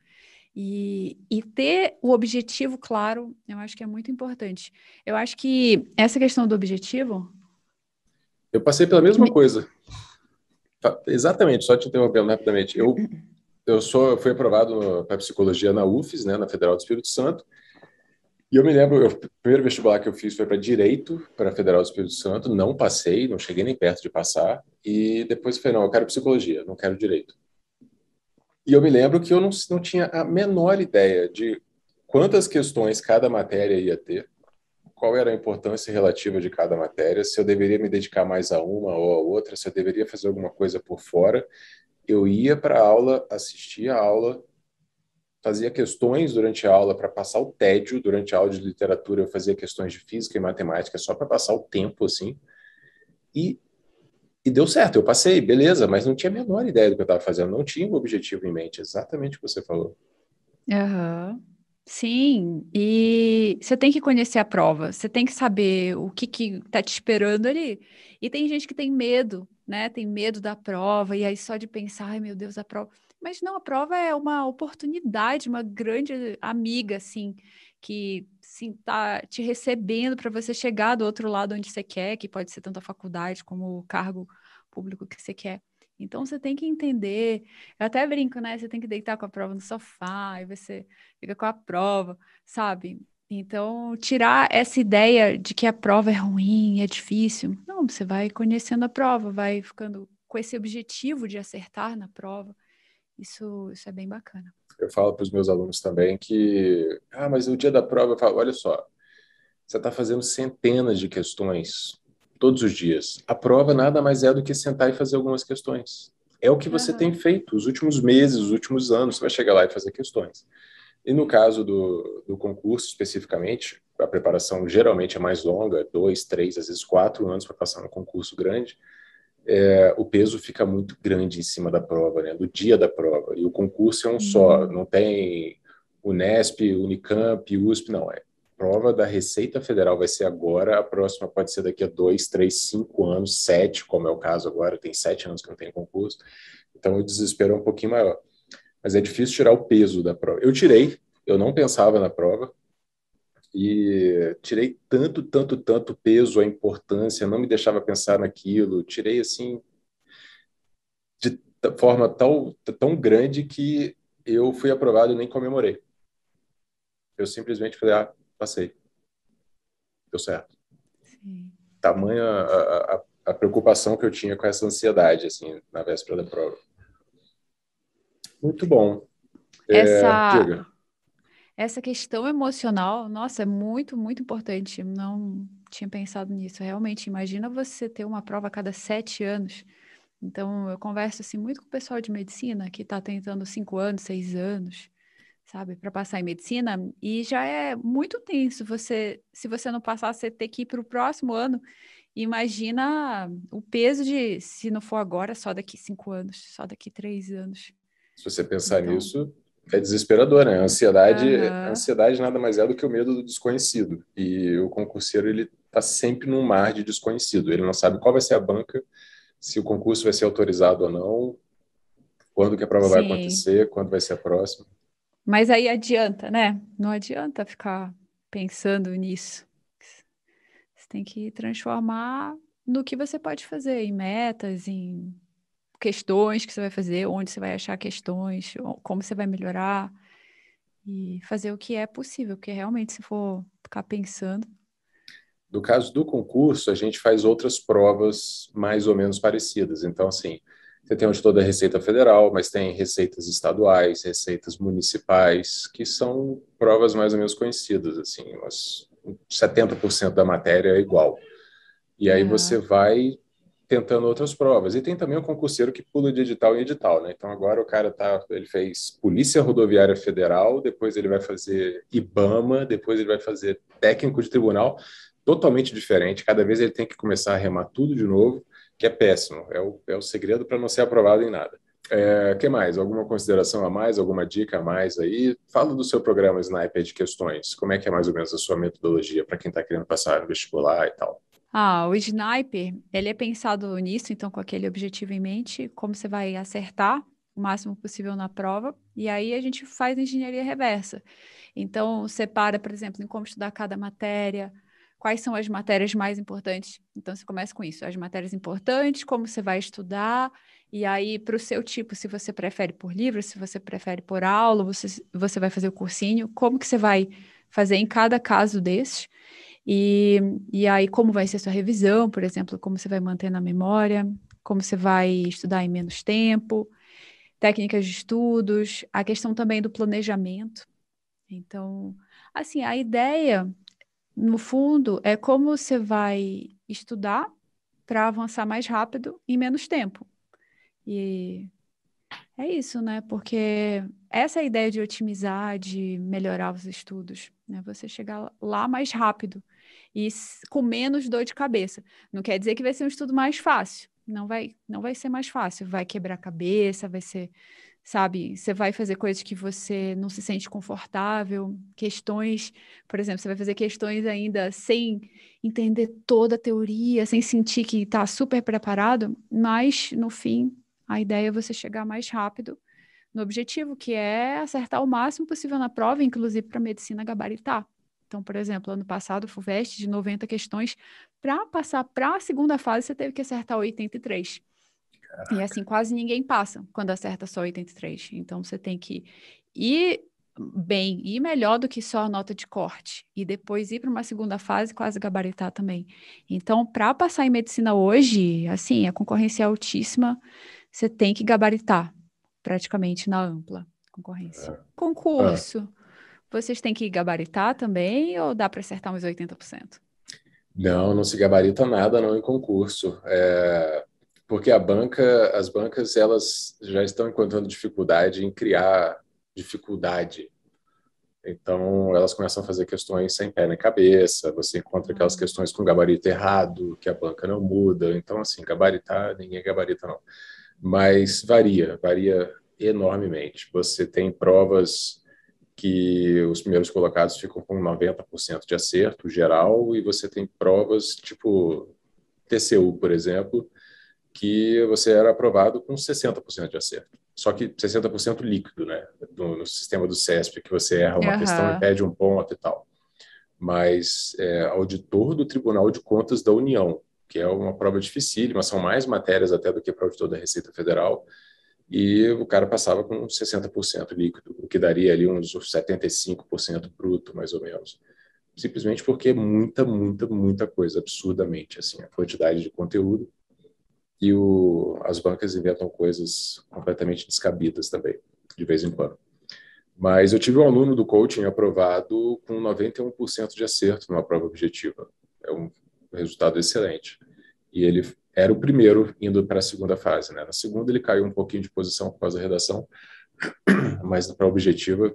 E ter o objetivo claro, eu acho que é muito importante. Eu acho que essa questão do objetivo. Eu passei pela mesma coisa. Exatamente, só te interrompendo rapidamente. Eu fui aprovado para psicologia na UFES, né, na Federal do Espírito Santo. E eu me lembro, o primeiro vestibular que eu fiz foi para Direito, para a Federal do Espírito Santo. Não passei, não cheguei nem perto de passar. E depois eu falei, não, eu quero Psicologia, não quero Direito. E eu me lembro que eu não tinha a menor ideia de quantas questões cada matéria ia ter, qual era a importância relativa de cada matéria, se eu deveria me dedicar mais a uma ou a outra, se eu deveria fazer alguma coisa por fora. Eu ia para a aula, assistia a aula, fazia questões durante a aula para passar o tédio. Durante a aula de literatura, eu fazia questões de física e matemática só para passar o tempo, assim. E, e deu certo, eu passei, beleza, mas não tinha a menor ideia do que eu estava fazendo, não tinha um objetivo em mente, exatamente o que você falou. Aham. Sim, e você tem que conhecer a prova, você tem que saber o que tá te esperando ali. E tem gente que tem medo, né? Tem medo da prova, e aí só de pensar, ai meu Deus, a prova. Mas não, a prova é uma oportunidade, uma grande amiga, assim, que sim, tá te recebendo para você chegar do outro lado onde você quer, que pode ser tanto a faculdade como o cargo público que você quer. Então você tem que entender. Eu até brinco, né? Você tem que deitar com a prova no sofá, e você fica com a prova, sabe? Então, tirar essa ideia de que a prova é ruim, é difícil. Não, você vai conhecendo a prova, vai ficando com esse objetivo de acertar na prova. Isso é bem bacana. Eu falo para os meus alunos também que, mas no dia da prova, eu falo, olha só, você está fazendo centenas de questões todos os dias. A prova nada mais é do que sentar e fazer algumas questões. é o que você tem Aham. feito os últimos meses, os últimos anos. Você vai chegar lá e fazer questões. E no caso do concurso, especificamente, a preparação geralmente é mais longa, 2, 3, às vezes 4 anos para passar no concurso grande. O peso fica muito grande em cima da prova, né? Do dia da prova. E o concurso é um só, Hum. não tem Unesp, Unicamp, USP, não. É prova da Receita Federal vai ser agora, a próxima pode ser daqui a 2, 3, 5 anos, 7, como é o caso agora, tem 7 anos que não tem concurso. Então o desespero é um pouquinho maior. Mas é difícil tirar o peso da prova. Eu tirei, eu não pensava na prova, e tirei tanto, tanto, tanto peso, a importância, não me deixava pensar naquilo, tirei assim de forma tão grande que eu fui aprovado e nem comemorei. Eu simplesmente falei, passei, deu certo. Sim. Tamanha a preocupação que eu tinha com essa ansiedade, assim, na véspera da prova. Muito bom. Essa, Diga. essa questão emocional, nossa, é muito, muito importante. Não tinha pensado nisso. Realmente, imagina você ter uma prova a cada 7 anos. Então, eu converso assim muito com o pessoal de medicina que está tentando 5 anos, 6 anos, sabe, para passar em medicina, e já é muito tenso. Se você não passar, você ter que ir para o próximo ano. Imagina o peso de, se não for agora, só daqui 5 anos, só daqui 3 anos. Se você pensar Então, nisso, é desesperador, né? A aham, ansiedade nada mais é do que o medo do desconhecido. E o concurseiro, ele está sempre num mar de desconhecido. Ele não sabe qual vai ser a banca, se o concurso vai ser autorizado ou não, quando que a prova vai sim. acontecer, quando vai ser a próxima. Mas aí adianta, né? Não adianta ficar pensando nisso. Você tem que transformar no que você pode fazer, em metas, em questões que você vai fazer, onde você vai achar questões, como você vai melhorar e fazer o que é possível, porque realmente se for ficar pensando, No caso do concurso, a gente faz outras provas mais ou menos parecidas. Então, assim, você tem hoje toda a Receita Federal, mas tem receitas estaduais, receitas municipais, que são provas mais ou menos conhecidas, assim, umas 70% da matéria é igual. E aí você aham, vai tentando outras provas. E tem também o concurseiro que pula de edital em edital, né? Então agora o cara ele fez Polícia Rodoviária Federal, depois ele vai fazer IBAMA, depois ele vai fazer técnico de tribunal, totalmente diferente. Cada vez ele tem que começar a remar tudo de novo, que é péssimo. É o segredo para não ser aprovado em nada. Que mais? Alguma consideração a mais? Alguma dica a mais aí? Fala do seu programa Sniper de questões. Como é que é mais ou menos a sua metodologia para quem está querendo passar no vestibular e tal? Ah, o sniper, ele é pensado nisso, então com aquele objetivo em mente, como você vai acertar o máximo possível na prova, e aí a gente faz engenharia reversa. Então, separa, por exemplo, em como estudar cada matéria, quais são as matérias mais importantes. Então, você começa com isso, as matérias importantes, como você vai estudar, e aí, para o seu tipo, se você prefere por livro, se você prefere por aula, você vai fazer o cursinho, como que você vai fazer em cada caso desses. E, e aí, como vai ser sua revisão, por exemplo, como você vai manter na memória, como você vai estudar em menos tempo, técnicas de estudos, a questão também do planejamento. Então, assim, a ideia, no fundo, é como você vai estudar para avançar mais rápido em menos tempo. E é isso, né? Porque essa é a ideia de otimizar, de melhorar os estudos, né? Você chegar lá mais rápido e com menos dor de cabeça. Não quer dizer que vai ser um estudo mais fácil. Não vai ser mais fácil. Vai quebrar a cabeça, vai ser, sabe? Você vai fazer coisas que você não se sente confortável, questões, por exemplo, você vai fazer questões ainda sem entender toda a teoria, sem sentir que está super preparado, mas no fim a ideia é você chegar mais rápido no objetivo, que é acertar o máximo possível na prova, inclusive para medicina gabaritar. Então, por exemplo, ano passado, o FUVEST, de 90 questões, para passar para a segunda fase, você teve que acertar 83. E assim, quase ninguém passa quando acerta só 83. Então, você tem que ir bem e melhor do que só a nota de corte. E depois ir para uma segunda fase, quase gabaritar também. Então, para passar em medicina hoje, assim, a concorrência é altíssima, você tem que gabaritar, praticamente na ampla concorrência. Ah, Concurso, vocês têm que gabaritar também ou dá para acertar uns 80%? não, não se gabarita nada não em concurso. porque as bancas, elas já estão encontrando dificuldade em criar dificuldade. Então, elas começam a fazer questões sem pé nem cabeça, você encontra aquelas questões com gabarito errado, que a banca não muda. Então, assim, gabaritar, ninguém gabarita não. Mas varia enormemente. Você tem provas que os primeiros colocados ficam com 90% de acerto geral, e você tem provas tipo TCU, por exemplo, que você era aprovado com 60% de acerto. Só que 60% líquido, né? No sistema do CESP, que você erra uma questão e Aham. perde um ponto e tal. Mas auditor do Tribunal de Contas da União, que é uma prova dificílima, são mais matérias até do que para auditor da Receita Federal, e o cara passava com 60% líquido, o que daria ali uns 75% bruto, mais ou menos. Simplesmente porque é muita coisa, absurdamente, assim, a quantidade de conteúdo. E as bancas inventam coisas completamente descabidas também, de vez em quando. Mas eu tive um aluno do coaching aprovado com 91% de acerto numa prova objetiva. É um resultado excelente. E ele era o primeiro indo para a segunda fase, né? Na segunda ele caiu um pouquinho de posição por causa da redação, mas para a objetiva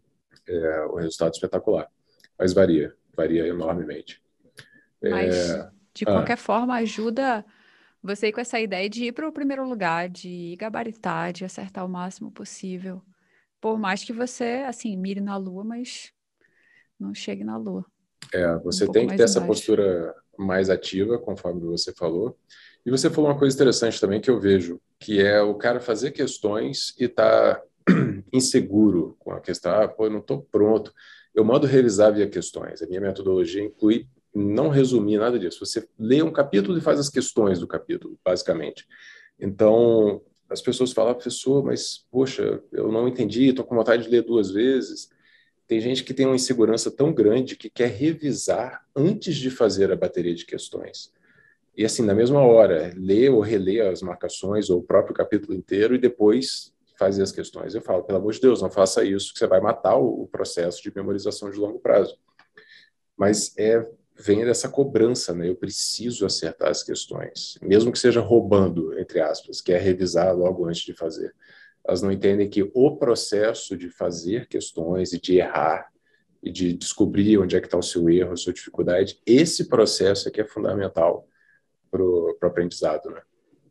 o resultado é espetacular. Mas varia enormemente. Mas, de Ah, qualquer forma, ajuda você com essa ideia de ir para o primeiro lugar, de gabaritar, de acertar o máximo possível. Por mais que você, assim, mire na lua, mas não chegue na lua. Um você pouco tem que ter mais essa embaixo. postura mais ativa, conforme você falou. E você falou uma coisa interessante também que eu vejo, que é o cara fazer questões e tá inseguro com a questão. Ah, pô, eu não estou pronto. Eu mando revisar via questões. A minha metodologia inclui não resumir nada disso. Você lê um capítulo e faz as questões do capítulo, basicamente. Então, as pessoas falam, professor, mas, poxa, eu não entendi, estou com vontade de ler duas vezes. Tem gente que tem uma insegurança tão grande que quer revisar antes de fazer a bateria de questões. E assim, na mesma hora, ler ou reler as marcações ou o próprio capítulo inteiro e depois fazer as questões. Eu falo, pelo amor de Deus, não faça isso, que você vai matar o processo de memorização de longo prazo. Mas vem dessa cobrança, né? Eu preciso acertar as questões, mesmo que seja roubando, entre aspas, que é revisar logo antes de fazer. Elas não entendem que o processo de fazer questões e de errar e de descobrir onde é que está o seu erro, a sua dificuldade, esse processo é que é fundamental para o aprendizado, né?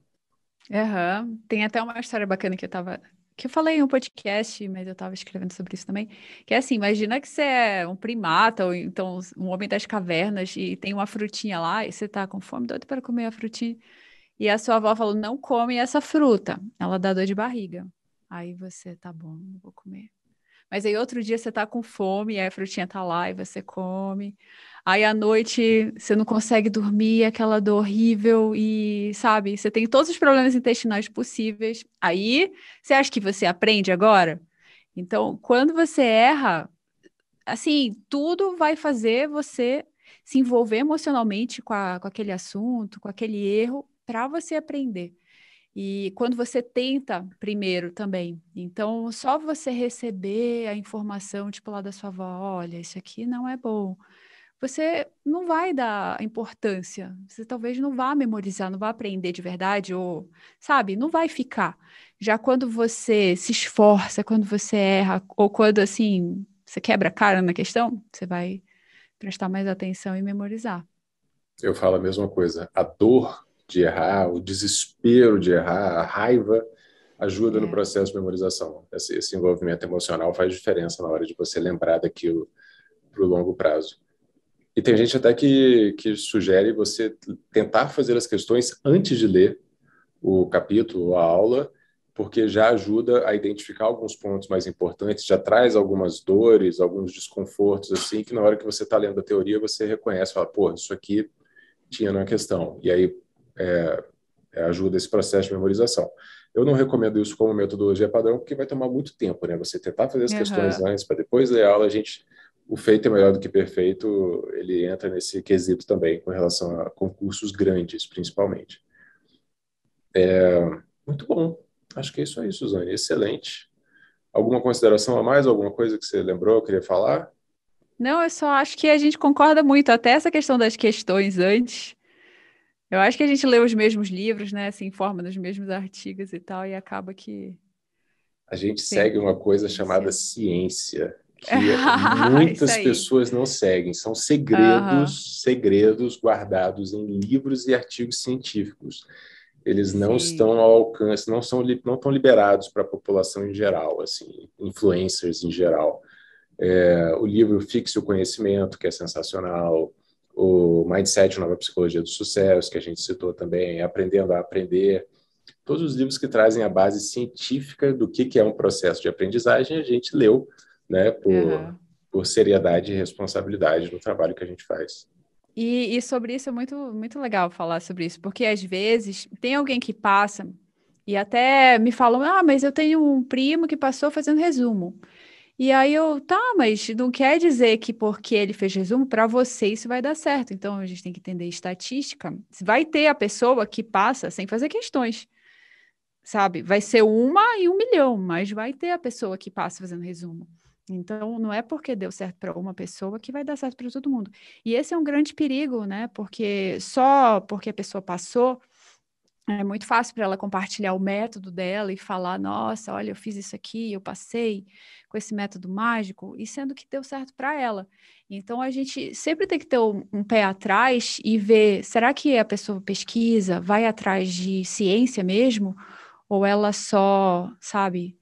Aham. Tem até uma história bacana que eu falei em um podcast, mas eu estava escrevendo sobre isso também, que é assim, imagina que você é um primata, ou então um homem das cavernas, e tem uma frutinha lá, e você tá com fome, doido para comer a frutinha, e a sua avó falou, não come essa fruta, ela dá dor de barriga. Aí você, tá bom, não vou comer. Mas aí outro dia você tá com fome, e aí a frutinha tá lá e você come. Aí à noite você não consegue dormir, aquela dor horrível e, sabe, você tem todos os problemas intestinais possíveis. Aí você acha que você aprende agora? Então, quando você erra, assim, tudo vai fazer você se envolver emocionalmente com aquele assunto, com aquele erro, para você aprender. E quando você tenta primeiro também, então só você receber a informação, tipo lá da sua avó, olha, isso aqui não é bom. Você não vai dar importância, você talvez não vá memorizar, não vá aprender de verdade, ou, sabe, não vai ficar. Já quando você se esforça, quando você erra, ou quando, assim, você quebra a cara na questão, você vai prestar mais atenção e memorizar. Eu falo a mesma coisa. A dor de errar, o desespero de errar, a raiva ajuda no É, processo de memorização. Esse envolvimento emocional faz diferença na hora de você lembrar daquilo para o longo prazo. E tem gente até que sugere você tentar fazer as questões antes de ler o capítulo, a aula, porque já ajuda a identificar alguns pontos mais importantes, já traz algumas dores, alguns desconfortos, assim, que na hora que você está lendo a teoria, você reconhece, fala, pô, isso aqui tinha na questão. E aí ajuda esse processo de memorização. Eu não recomendo isso como metodologia padrão, porque vai tomar muito tempo, né? Você tentar fazer as questões aham, antes, para depois ler a aula, o feito é melhor do que perfeito, ele entra nesse quesito também, com relação a concursos grandes, principalmente. Muito bom. Acho que é isso aí, Suzane. Excelente. Alguma consideração a mais? Alguma coisa que você lembrou, queria falar? não, eu só acho que a gente concorda muito, até essa questão das questões antes. Eu acho que a gente lê os mesmos livros, né? Se informa dos mesmos artigos e tal, e acaba que A gente vem segue uma coisa chamada influenciando. ciência, que Isso muitas aí. pessoas não seguem. São Aham. segredos guardados em livros e artigos científicos. Eles não estão Sim. ao alcance, não estão liberados para a população em geral, assim, influencers em geral. O livro Fixe o Conhecimento, que é sensacional, o Mindset, Nova Psicologia do Sucesso, que a gente citou também, Aprendendo a Aprender. Todos os livros que trazem a base científica do que é um processo de aprendizagem, a gente leu, né, Aham. por seriedade e responsabilidade no trabalho que a gente faz. E sobre isso é muito, muito legal falar sobre isso, porque às vezes tem alguém que passa e até me falam, mas eu tenho um primo que passou fazendo resumo. E aí tá, mas não quer dizer que porque ele fez resumo, para você isso vai dar certo. Então a gente tem que entender estatística. Vai ter a pessoa que passa sem fazer questões, sabe? Vai ser uma em 1 milhão, mas vai ter a pessoa que passa fazendo resumo. Então, não é porque deu certo para uma pessoa que vai dar certo para todo mundo. E esse é um grande perigo, né? Porque só porque a pessoa passou, é muito fácil para ela compartilhar o método dela e falar: nossa, olha, eu fiz isso aqui, eu passei com esse método mágico, e sendo que deu certo para ela. Então, a gente sempre tem que ter um pé atrás e ver: será que a pessoa pesquisa, vai atrás de ciência mesmo? Ou ela só, sabe,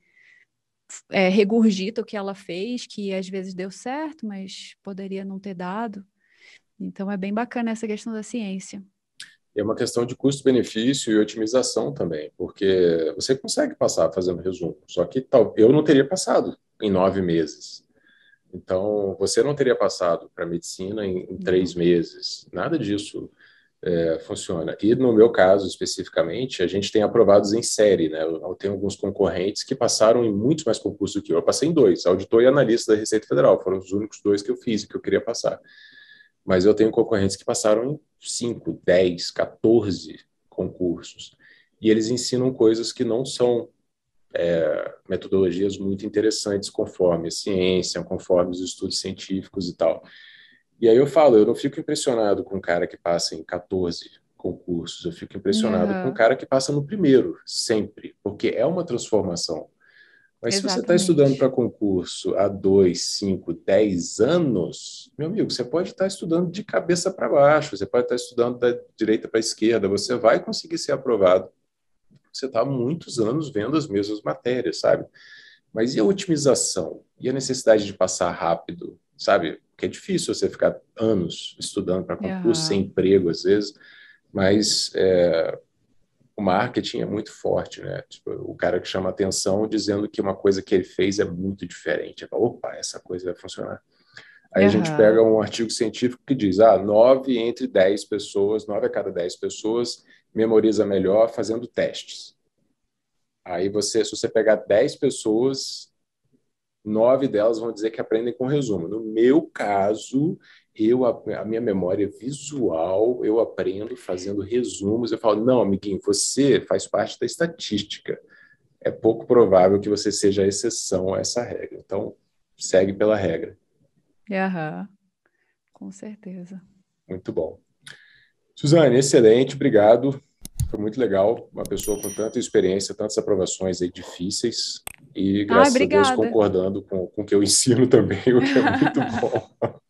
regurgita o que ela fez, que às vezes deu certo, mas poderia não ter dado. Então é bem bacana essa questão da ciência. É uma questão de custo-benefício e otimização também, porque você consegue passar fazendo resumo, só que eu não teria passado em 9 meses. Então, você não teria passado para medicina em três Não. meses. Nada disso funciona. E no meu caso, especificamente, a gente tem aprovados em série, né? Eu tenho alguns concorrentes que passaram em muitos mais concursos do que eu. Eu passei em 2, auditor e analista da Receita Federal. Foram os únicos 2 que eu fiz e que eu queria passar. Mas eu tenho concorrentes que passaram em 5, 10, 14 concursos. E eles ensinam coisas que não são metodologias muito interessantes conforme a ciência, conforme os estudos científicos e tal. E aí eu falo, eu não fico impressionado com um cara que passa em 14 concursos, eu fico impressionado com um Aham, cara que passa no primeiro, sempre, porque é uma transformação. Mas se você está estudando para exatamente. concurso há 2, 5, 10 anos, meu amigo, você pode estar estudando de cabeça para baixo, você pode estar estudando da direita para a esquerda, você vai conseguir ser aprovado. Você está há muitos anos vendo as mesmas matérias, sabe? Mas e a otimização? E a necessidade de passar rápido, sabe? Porque é difícil você ficar anos estudando para concurso, sem Aham, emprego às vezes, mas o marketing é muito forte, né? Tipo, o cara que chama atenção dizendo que uma coisa que ele fez é muito diferente. Falo, opa, essa coisa vai funcionar. Aí a gente aham. pega um artigo científico que diz, 9 entre 10 pessoas, 9 a cada 10 pessoas memoriza melhor fazendo testes. Aí se você pegar 10 pessoas, 9 delas vão dizer que aprendem com resumo. No meu caso, a minha memória visual, eu aprendo fazendo resumos. Eu falo, não, amiguinho, você faz parte da estatística. É pouco provável que você seja a exceção a essa regra. Então, segue pela regra. Aham, com certeza. Muito bom. Suzane, excelente, obrigado. Foi muito legal. Uma pessoa com tanta experiência, tantas aprovações aí difíceis. E, Ai, graças a Deus, obrigada. concordando com o que eu ensino também, o que é muito bom.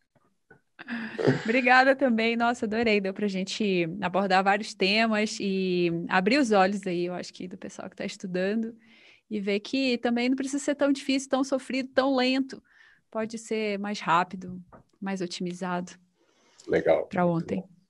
Obrigada também. Nossa, adorei. Deu pra gente abordar vários temas e abrir os olhos aí, eu acho que do pessoal que está estudando e ver que também não precisa ser tão difícil, tão sofrido, tão lento. Pode ser mais rápido, mais otimizado Legal, para muito ontem. bom.